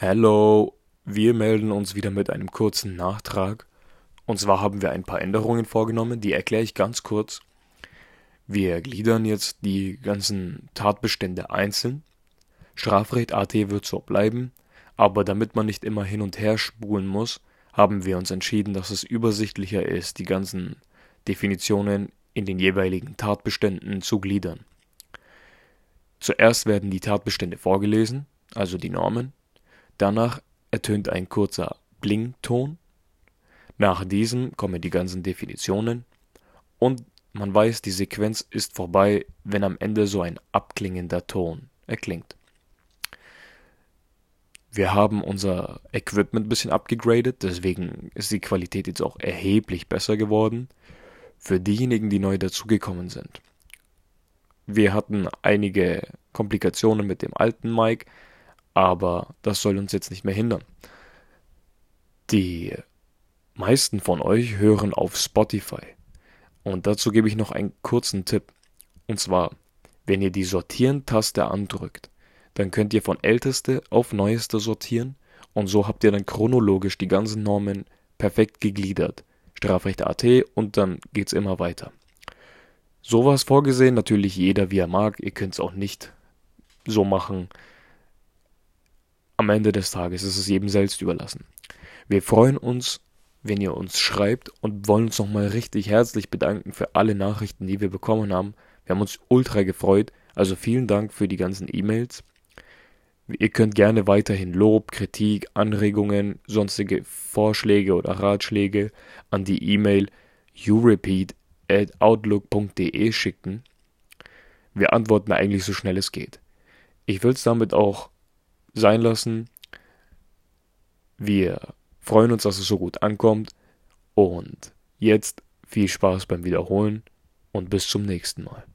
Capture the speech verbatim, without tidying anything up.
Hallo, wir melden uns wieder mit einem kurzen Nachtrag. Und zwar haben wir ein paar Änderungen vorgenommen, die erkläre ich ganz kurz. Wir gliedern jetzt die ganzen Tatbestände einzeln. Strafrecht A T wird so bleiben, aber damit man nicht immer hin und her spulen muss, haben wir uns entschieden, dass es übersichtlicher ist, die ganzen Definitionen in den jeweiligen Tatbeständen zu gliedern. Zuerst werden die Tatbestände vorgelesen, also die Normen. Danach ertönt ein kurzer Blington. Nach diesem kommen die ganzen Definitionen und man weiß, die Sequenz ist vorbei, wenn am Ende so ein abklingender Ton erklingt. Wir haben unser Equipment ein bisschen abgegradet, deswegen ist die Qualität jetzt auch erheblich besser geworden. Für diejenigen, die neu dazugekommen sind. Wir hatten einige Komplikationen mit dem alten Mic, aber das soll uns jetzt nicht mehr hindern. Die meisten von euch hören auf Spotify. Und dazu gebe ich noch einen kurzen Tipp. Und zwar, wenn ihr die Sortieren-Taste andrückt, dann könnt ihr von älteste auf neueste sortieren und so habt ihr dann chronologisch die ganzen Normen perfekt gegliedert. Strafrecht A T und dann geht's immer weiter. Sowas vorgesehen, natürlich jeder wie er mag. Ihr könnt es auch nicht so machen. Am Ende des Tages ist es jedem selbst überlassen. Wir freuen uns, wenn ihr uns schreibt und wollen uns nochmal richtig herzlich bedanken für alle Nachrichten, die wir bekommen haben. Wir haben uns ultra gefreut, also vielen Dank für die ganzen E-Mails. Ihr könnt gerne weiterhin Lob, Kritik, Anregungen, sonstige Vorschläge oder Ratschläge an die E-Mail yourepeat at outlook punkt de schicken. Wir antworten eigentlich so schnell es geht. Ich will es damit auch sein lassen. Wir freuen uns, dass es so gut ankommt und jetzt viel Spaß beim Wiederholen und bis zum nächsten Mal.